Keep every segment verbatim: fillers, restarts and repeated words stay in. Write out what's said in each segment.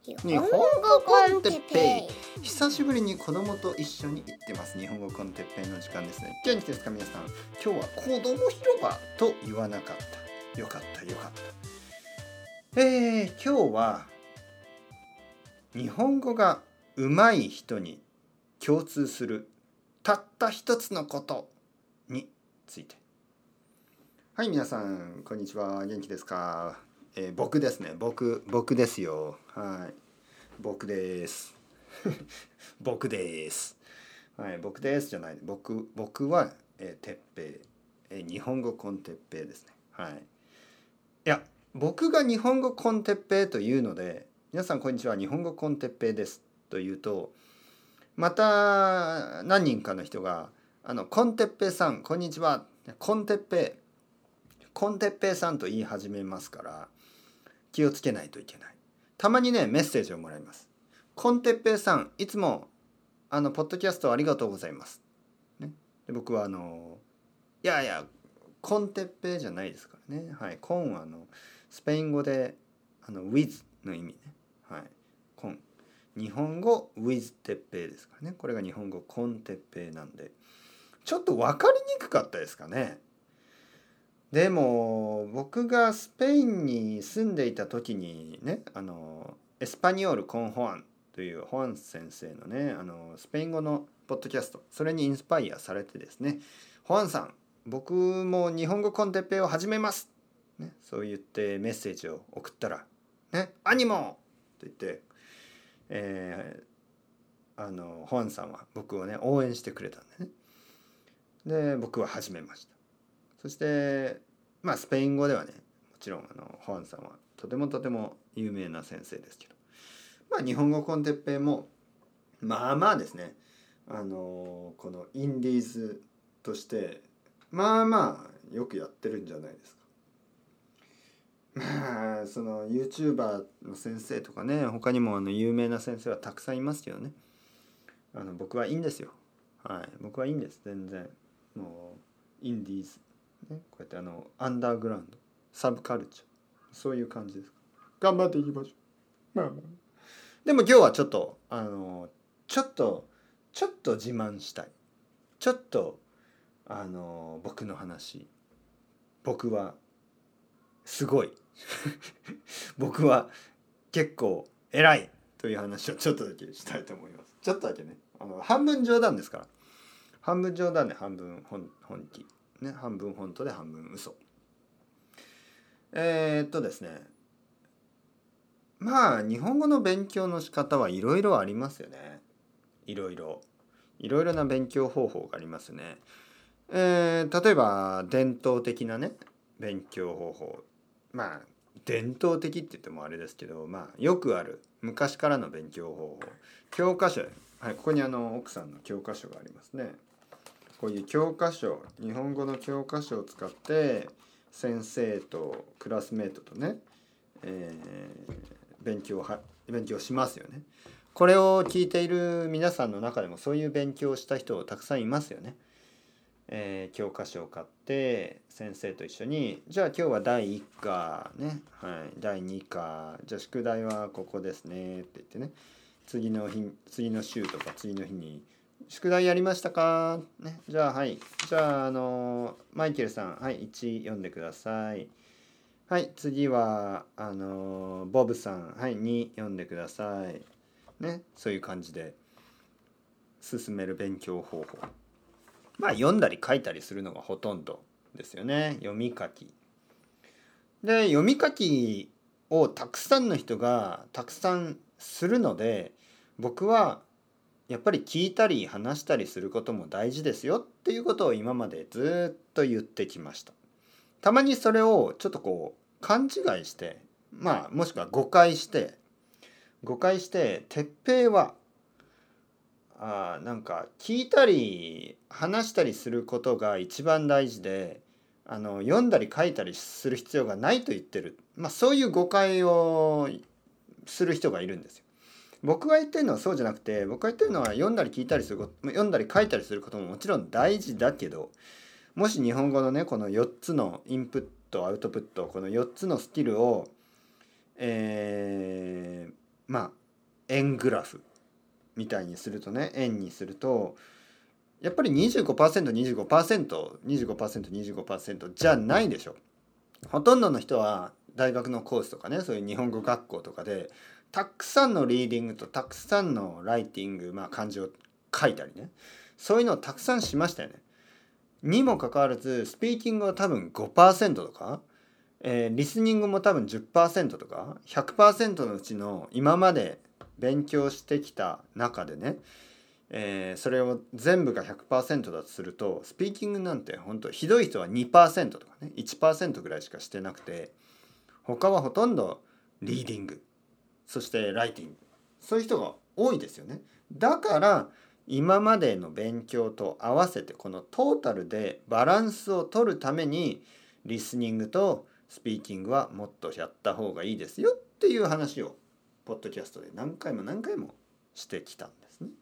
日本語コンテッペイ。久しぶりに子供と一緒に行ってます。日本語コンテッペイの時間ですね。元気ですか皆さん。今日は子供広場と言わなかった。よかったよかった。えー、今日は日本語が上手い人に共通するたった一つのことについて。はい、皆さんこんにちは。元気ですか？えー、僕ですね。僕僕ですよ。はい。僕です。僕です。はい、僕ですじゃない。僕僕は、えー、てっぺい、えー、日本語コンテッペイですね。はい。いや、僕が日本語コンテッペイというので、皆さんこんにちは。日本語コンテッペイですというと、また何人かの人があのコンテッペイさんこんにちは。コンテッペイコンテッペイさんと言い始めますから気をつけないといけない。たまにねメッセージをもらいます。コンテッペイさんいつもあのポッドキャストありがとうございます、ね、で僕はあのいやいやコンテッペイじゃないですからね。はい、コンはあのスペイン語であの with の意味ね。はい、コン日本語 with テッペイですからね。これが日本語コンテッペイなんでちょっと分かりにくかったですかね。でも僕がスペインに住んでいた時にね、あのエスパニオール・コン・ホアンというホアン先生のね、あのスペイン語のポッドキャスト、それにインスパイアされてですね、ホアンさん僕も日本語コンテッペイを始めます、ね、そう言ってメッセージを送ったらね、アニモと言って、えー、あのホアンさんは僕をね応援してくれたんでね。で僕は始めました。そしてまあスペイン語ではねもちろんあのホアンさんはとてもとても有名な先生ですけど、まあ日本語コンテッペイもまあまあですね、あのこのインディーズとしてまあまあよくやってるんじゃないですか。まあその YouTuber の先生とかね、他にもあの有名な先生はたくさんいますけどね、あの僕はいいんですよ。はい、僕はいいんです全然。もうインディーズね、こうやってあのアンダーグラウンドサブカルチャーそういう感じです。頑張っていきましょう。まあまあでも今日はちょっとあのちょっとちょっと自慢したい。ちょっとあの僕の話、僕はすごい僕は結構偉いという話をちょっとだけしたいと思います。ちょっとだけね、あの半分冗談ですから。半分冗談で半分 本, 本気ね、半分本当で半分嘘。えー、っとですねまあ日本語の勉強の仕方はいろいろありますよね。いろいろいろいろな勉強方法がありますね。えー、例えば伝統的なね勉強方法、まあ伝統的って言ってもあれですけど、まあよくある昔からの勉強方法、教科書、はい、ここにあの奥さんの教科書がありますね。こういう教科書、日本語の教科書を使って先生とクラスメートとね、えー、勉強は勉強しますよね。これを聞いている皆さんの中でもそういう勉強をした人たくさんいますよね。えー、教科書を買って先生と一緒にじゃあ今日はだいいっ課ね、はい、だいに課じゃあ宿題はここですねって言ってね、次の日次の週とか次の日に宿題やりましたか、ね、じゃあはいじゃああのマイケルさんはいいち読んでください。はい次はあのボブさんはいに読んでくださいね。そういう感じで進める勉強方法、まあ読んだり書いたりするのがほとんどですよね。読み書きで読み書きをたくさんの人がたくさんするので、僕はやっぱり聞いたり話したりすることも大事ですよっていうことを今までずっと言ってきました。たまにそれをちょっとこう勘違いして、まあもしくは誤解して誤解して鉄平はあなんか聞いたり話したりすることが一番大事で、あの読んだり書いたりする必要がないと言ってる、まあ、そういう誤解をする人がいるんですよ。僕が言ってるのはそうじゃなくて、僕が言ってるのは読んだり聞いたりすること読んだり書いたりすることももちろん大事だけど、もし日本語のねこのよっつのインプットアウトプットこのよっつのスキルを、えーまあ円グラフみたいにするとね、円にするとやっぱり にじゅうごパーセント、にじゅうごパーセント、にじゅうごパーセント、にじゅうごパーセント じゃないでしょ。ほとんどの人は大学のコースとかね、そういう日本語学校とかでたくさんのリーディングとたくさんのライティング、まあ漢字を書いたりね、そういうのをたくさんしましたよね。にもかかわらずスピーキングは多分 ごパーセント とか、えーリスニングも多分 じゅっパーセント とか ひゃくパーセント のうちの今まで勉強してきた中でね、えーそれを全部が ひゃくパーセント だとすると、スピーキングなんて本当ひどい人は にパーセント とかね いちパーセント ぐらいしかしてなくて、他はほとんどリーディング、そしてライティング、そういう人が多いですよね。だから今までの勉強と合わせてこのトータルでバランスを取るためにリスニングとスピーキングはもっとやった方がいいですよっていう話をポッドキャストで何回も何回もしてきたんですね。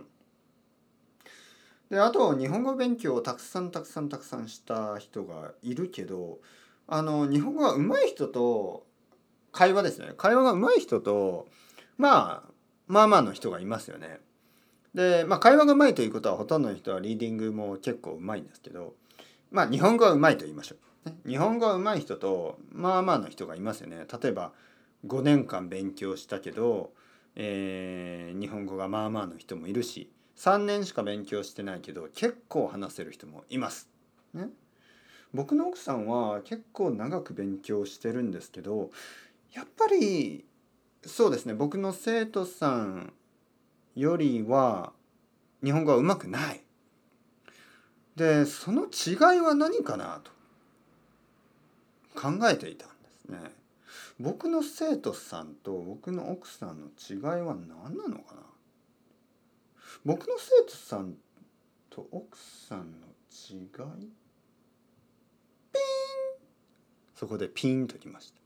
で、あと日本語勉強をたくさんたくさんたくさんした人がいるけど、あの日本語が上手い人と会話ですね、会話が上手い人とまあまあまあの人がいますよね。で、まあ会話が上手いということはほとんどの人はリーディングも結構上手いんですけど、まあ日本語は上手いと言いましょう、ね、日本語は上手い人とまあまあの人がいますよね。例えばごねんかん勉強したけど、えー日本語がまあまあの人もいるし、さんねんしか勉強してないけど結構話せる人もいます、ね。僕の奥さんは結構長く勉強してるんですけど、やっぱりそうですね、僕の生徒さんよりは日本語は上手くない。で、その違いは何かなと考えていたんですね。僕の生徒さんと僕の奥さんの違いは何なのかな。僕の生徒さんと奥さんの違い、ピーン、そこでピンときました。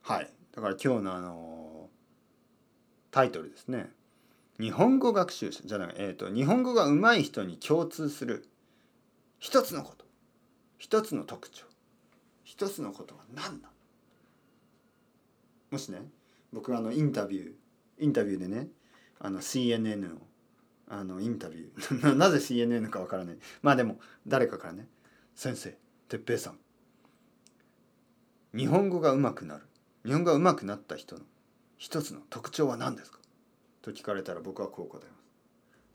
はい、だから今日のあのタイトルですね、日本語学習者じゃない、えーと、日本語が上手い人に共通する一つのこと、一つの特徴、一つのことは何だ。もしね、僕があのインタビューインタビューでね、あの シーエヌエヌ のあのインタビューなぜ シーエヌエヌ かわからない、まあでも誰かからね、先生、哲平さん、日本語が上手くなる日本語が上手くなった人の一つの特徴は何ですかと聞かれたら、僕はこう答えます。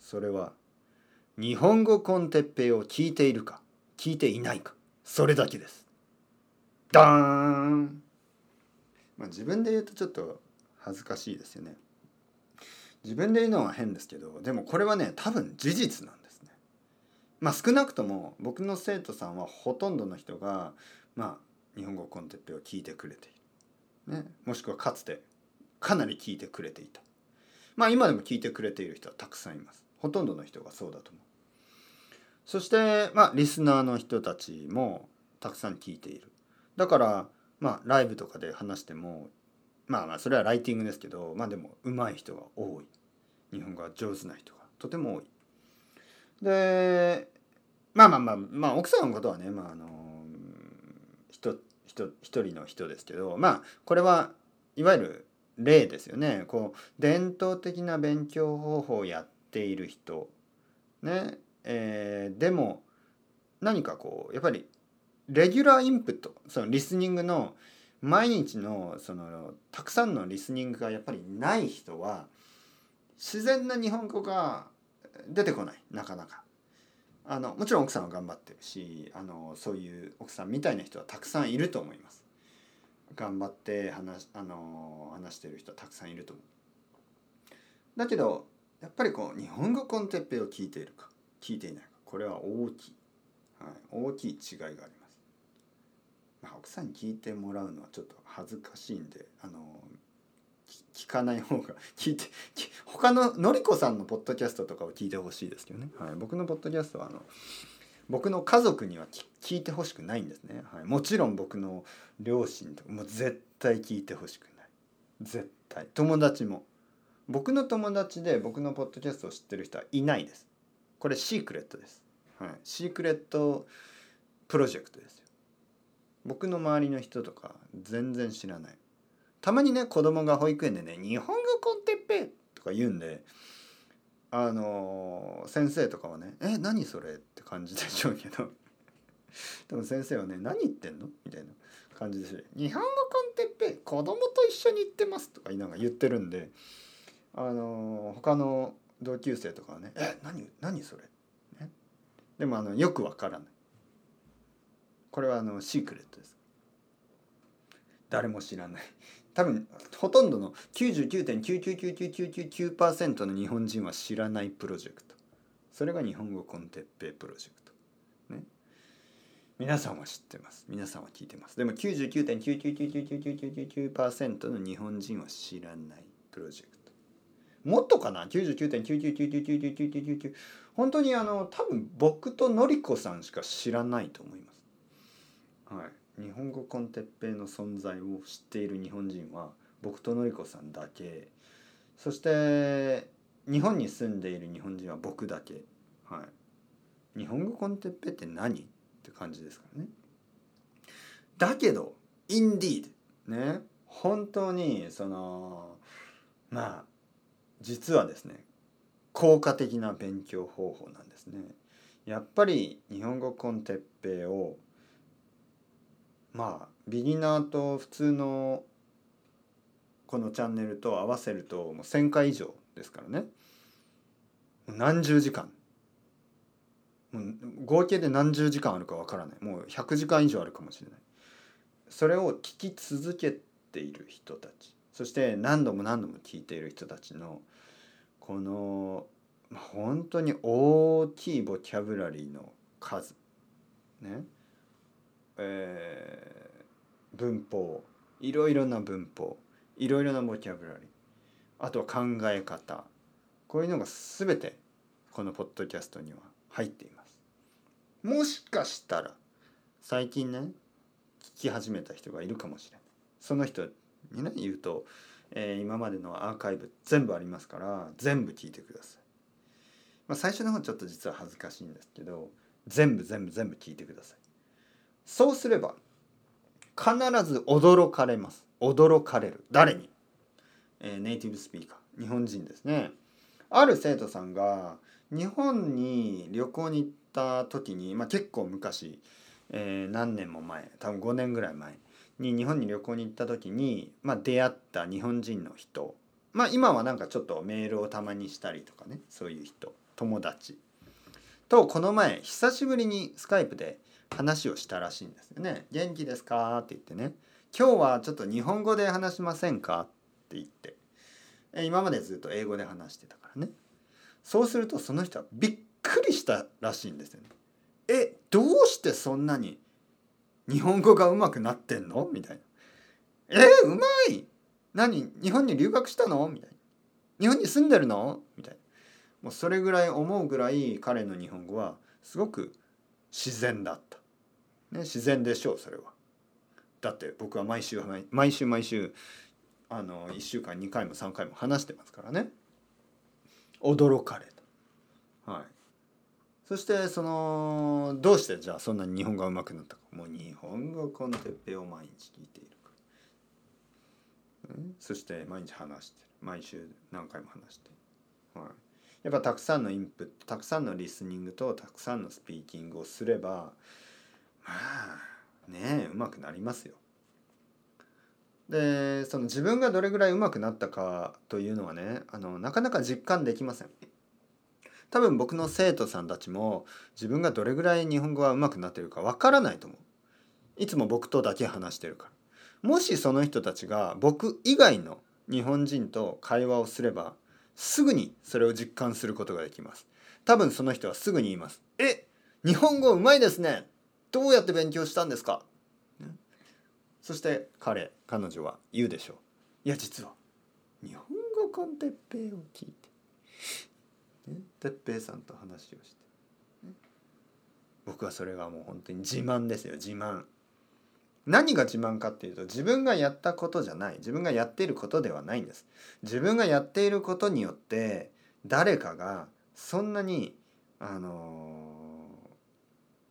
それは日本語コンテッペイを聞いているか聞いていないか、それだけです。ダーン。まあ自分で言うとちょっと恥ずかしいですよね。自分で言うのは変ですけど、でもこれはね、多分事実なんですね。まあ少なくとも僕の生徒さんはほとんどの人がまあ日本語コンテッペイを聞いてくれている、ね、もしくはかつてかなり聞いてくれていた。まあ今でも聞いてくれている人はたくさんいます。ほとんどの人がそうだと思う。そしてまあリスナーの人たちもたくさん聞いている。だからまあライブとかで話しても、まあまあそれはライティングですけど、まあでも上手い人が多い。日本語が上手な人がとても多い。で、まあまあまあまあ奥さんのことはね、まああの人人一人の人ですけど、まあこれはいわゆる例ですよね。こう伝統的な勉強方法をやっている人ね、えーでも何かこうやっぱりレギュラーインプット、そのリスニングの毎日のそのたくさんのリスニングがやっぱりない人は自然な日本語が出てこない、なかなか。あのもちろん奥さんは頑張ってるし、あのそういう奥さんみたいな人はたくさんいると思います。頑張って話あの話してる人はたくさんいると思う。だけどやっぱりこう日本語コンテッペイを聞いているか聞いていないか、これは大きい、はい、大きい違いがあります。まあ、奥さんに聞いてもらうのはちょっと恥ずかしいんで、あの聞かない方が聞いて他ののりこさんのポッドキャストとかを聞いてほしいですけどね、はい、僕のポッドキャストはあの僕の家族には聞いてほしくないんですね、はい、もちろん僕の両親とかもう絶対聞いてほしくない、絶対。友達も、僕の友達で僕のポッドキャストを知ってる人はいないです。これシークレットです、はい、シークレットプロジェクトですよ。僕の周りの人とか全然知らない。 たまにね子供が保育園でね日本語コンテッペとか言うんで、あのー、先生とかはねえ何それって感じでしょうけどでも先生はね何言ってんのみたいな感じでしょう。日本語コンテッペ子供と一緒に行ってますとか言いながら言ってるんで、あのー、他の同級生とかはねえ何何それ、ね、でもあのよくわからない。これはあのシークレットです。誰も知らない。多分ほとんどの きゅうじゅうきゅうてんきゅうきゅうきゅうきゅうきゅうきゅうきゅうパーセント の日本人は知らないプロジェクト。それが日本語コンテッペイプロジェクト。ね。皆さんは知ってます。皆さんは聞いてます。でも きゅうじゅうきゅうてんきゅうきゅうきゅうきゅうきゅうきゅうきゅうきゅうきゅうパーセント の日本人は知らないプロジェクト。もっとかな ?きゅうじゅうきゅうてんきゅうきゅうきゅうきゅうきゅうきゅうきゅうきゅうきゅうきゅう 本当にあの多分僕とのりこさんしか知らないと思います。はい。日本語コンテッペイの存在を知っている日本人は僕とのりこさんだけ。そして日本に住んでいる日本人は僕だけ。はい。日本語コンテッペイって何って感じですからね。だけど Indeed ね、本当にそのまあ実はですね効果的な勉強方法なんですね。やっぱり日本語コンテッペイをまあビギナーと普通のこのチャンネルと合わせるともうせんかい以上ですからね。何十時間、もう合計で何十時間あるかわからない。もうひゃくじかん以上あるかもしれない。それを聞き続けている人たち、そして何度も何度も聞いている人たちのこの本当に大きいボキャブラリーの数ね、えー、文法、いろいろな文法、いろいろなボキャブラリー、あとは考え方、こういうのが全てこのポッドキャストには入っています。もしかしたら最近ね聞き始めた人がいるかもしれない。その人にね言うと、えー、今までのアーカイブ全部ありますから全部聞いてください。まあ、最初の方ちょっと実は恥ずかしいんですけど全部全部全部聞いてください。そうすれば必ず驚かれます。驚かれる。誰に？えー、ネイティブスピーカー、日本人ですね。ある生徒さんが日本に旅行に行った時に、まあ、結構昔、えー、何年も前、多分ごねんぐらい前に日本に旅行に行った時に、まあ、出会った日本人の人、まあ今はなんかちょっとメールをたまにしたりとかね、そういう人、友達とこの前久しぶりにスカイプで話をしたらしいんですよね。元気ですかって言ってね、今日はちょっと日本語で話しませんかって言って、今までずっと英語で話してたからね。そうするとその人はびっくりしたらしいんですよね。え、どうしてそんなに日本語が上手くなってんのみたいな。え、うまい、何日本に留学したのみたいな。日本に住んでるのみたいな。もうそれぐらい思うぐらい彼の日本語はすごく自然だった。ね、自然でしょう、それは。だって僕は毎週毎週毎週あのいっしゅうかんにかいもさんかいも話してますからね。驚かれた。はい。そしてそのどうしてじゃあそんなに日本語が上手くなったか。もう日本語コンテッペイを毎日聞いているから、うん、そして毎日話してる。毎週何回も話してる。はい。やっぱたくさんのインプット、たくさんのリスニングとたくさんのスピーキングをすればまあねえ上手くなりますよ。でその自分がどれぐらい上手くなったかというのはね、あのなかなか実感できません。多分僕の生徒さんたちも自分がどれぐらい日本語が上手くなっているかわからないと思う。いつも僕とだけ話してるから。もしその人たちが僕以外の日本人と会話をすればすぐにそれを実感することができます。多分その人はすぐに言います。え、日本語上手いですね。どうやって勉強したんですか？ね、そして彼、彼女は言うでしょう。いや実は日本語コンテッペイを聞いて、ね、てっぺいさんと話をして、ね、僕はそれがもう本当に自慢ですよ、自慢。何が自慢かっていうと自分がやったことじゃない、自分がやっていることではないんです。自分がやっていることによって誰かがそんなにあの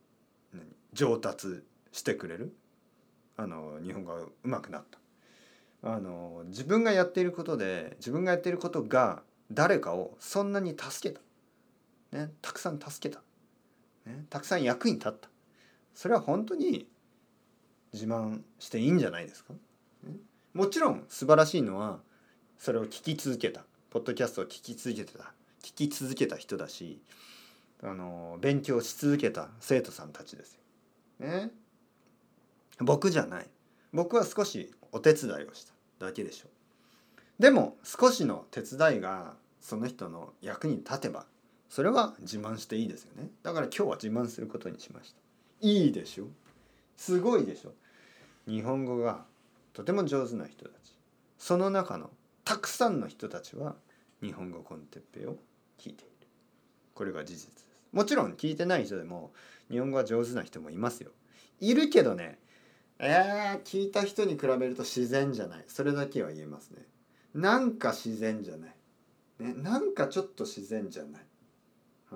ー、上達してくれる、あの日本語が上手くなった。 あの自分がやっていることで自分がやっていることが誰かをそんなに助けた、ね、たくさん助けた、ね、たくさん役に立った、それは本当に自慢していいんじゃないですか、ね、もちろん素晴らしいのはそれを聞き続けた、ポッドキャストを聞き続けてた聞き続けた人だし、あの勉強し続けた生徒さんたちですよ、ね、僕じゃない。僕は少しお手伝いをしただけでしょう。でも少しの手伝いがその人の役に立てばそれは自慢していいですよね。だから今日は自慢することにしました。いいでしょ、すごいでしょ。日本語がとても上手な人たち、その中のたくさんの人たちは日本語コンテッペイを聞いている。これが事実です。もちろん聞いてない人でも日本語が上手な人もいますよ。いるけどね、えー、聞いた人に比べると自然じゃない。それだけは言えますね。なんか自然じゃない、ね、なんかちょっと自然じゃない、はい、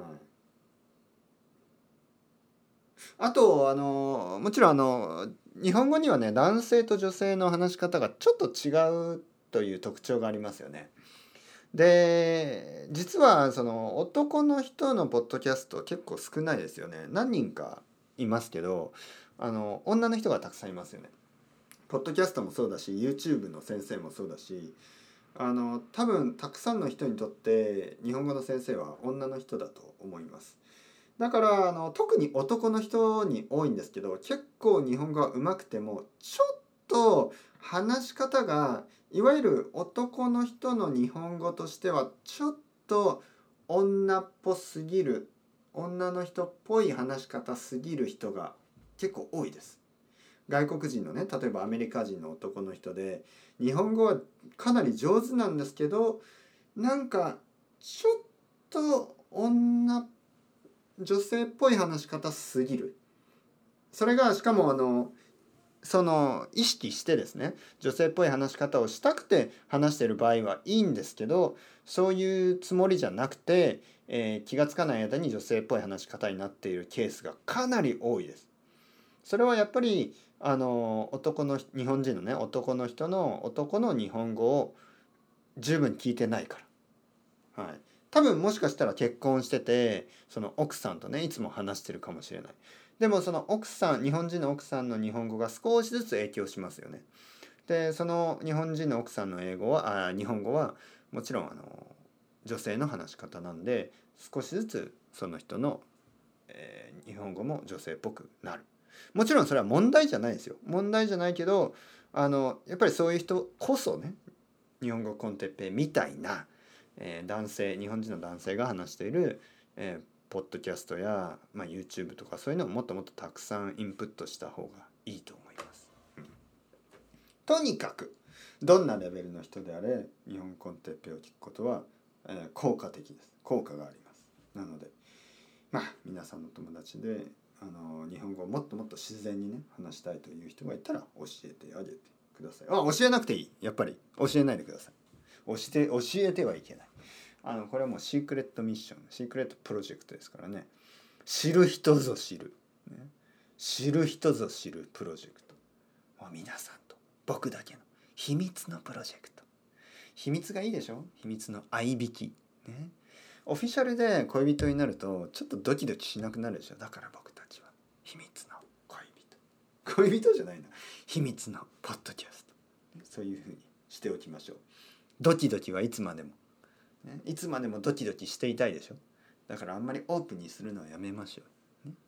あとあのもちろんあの日本語にはね男性と女性の話し方がちょっと違うという特徴がありますよね。で実はその男の人のポッドキャスト結構少ないですよね。何人かいますけどあの女の人がたくさんいますよね。ポッドキャストもそうだし YouTube の先生もそうだし、あの多分たくさんの人にとって日本語の先生は女の人だと思います。だからあの特に男の人に多いんですけど、結構日本語が上手くてもちょっと話し方がいわゆる男の人の日本語としてはちょっと女っぽすぎる、女の人っぽい話し方すぎる人が結構多いです。外国人のね、例えばアメリカ人の男の人で日本語はかなり上手なんですけど、なんかちょっと女女性っぽい話し方すぎる。それがしかもあのその意識してですね、女性っぽい話し方をしたくて話している場合はいいんですけど、そういうつもりじゃなくて、えー、気がつかない間に女性っぽい話し方になっているケースがかなり多いです。それはやっぱりあの男の日本人のね男の人の男の日本語を十分聞いてないから、はい、多分もしかしたら結婚しててその奥さんとねいつも話してるかもしれない。でもその奥さん、日本人の奥さんの日本語が少しずつ影響しますよね。でその日本人の奥さんの英語はあ日本語はもちろんあの女性の話し方なんで少しずつその人の、えー、日本語も女性っぽくなる。もちろんそれは問題じゃないですよ。問題じゃないけどあのやっぱりそういう人こそね日本語コンテッペイみたいな、えー、男性日本人の男性が話している、えー、ポッドキャストや、まあ、YouTube とかそういうのをもっともっとたくさんインプットした方がいいと思います、うん、とにかくどんなレベルの人であれ日本コンテッペイを聞くことは、えー、効果的です。効果があります。なのでまあ皆さんの友達であの日本語をもっともっと自然にね話したいという人がいたら教えてあげてください。あ、教えなくていい。やっぱり教えないでください。教えて教えてはいけない。あのこれはもうシークレットミッション、シークレットプロジェクトですからね。知る人ぞ知る、ね、知る人ぞ知るプロジェクト。もう皆さんと僕だけの秘密のプロジェクト。秘密がいいでしょ。秘密の合いびき、ね、オフィシャルで恋人になるとちょっとドキドキしなくなるでしょ。だから僕たちは秘密の恋人、恋人じゃないな、秘密のポッドキャスト、そういうふうにしておきましょう。ドキドキはいつまでも、ね、いつまでもドキドキしていたいでしょ。だからあんまりオープンにするのはやめましょう、ね、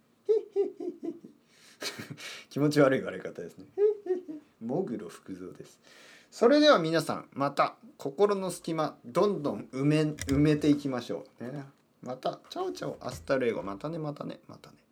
気持ち悪い笑い方ですね。もぐろ福蔵です。それでは皆さんまた心の隙間どんどん埋め埋めていきましょう、ね、またチャオチャオアスタルエゴ、またねまたねまたね。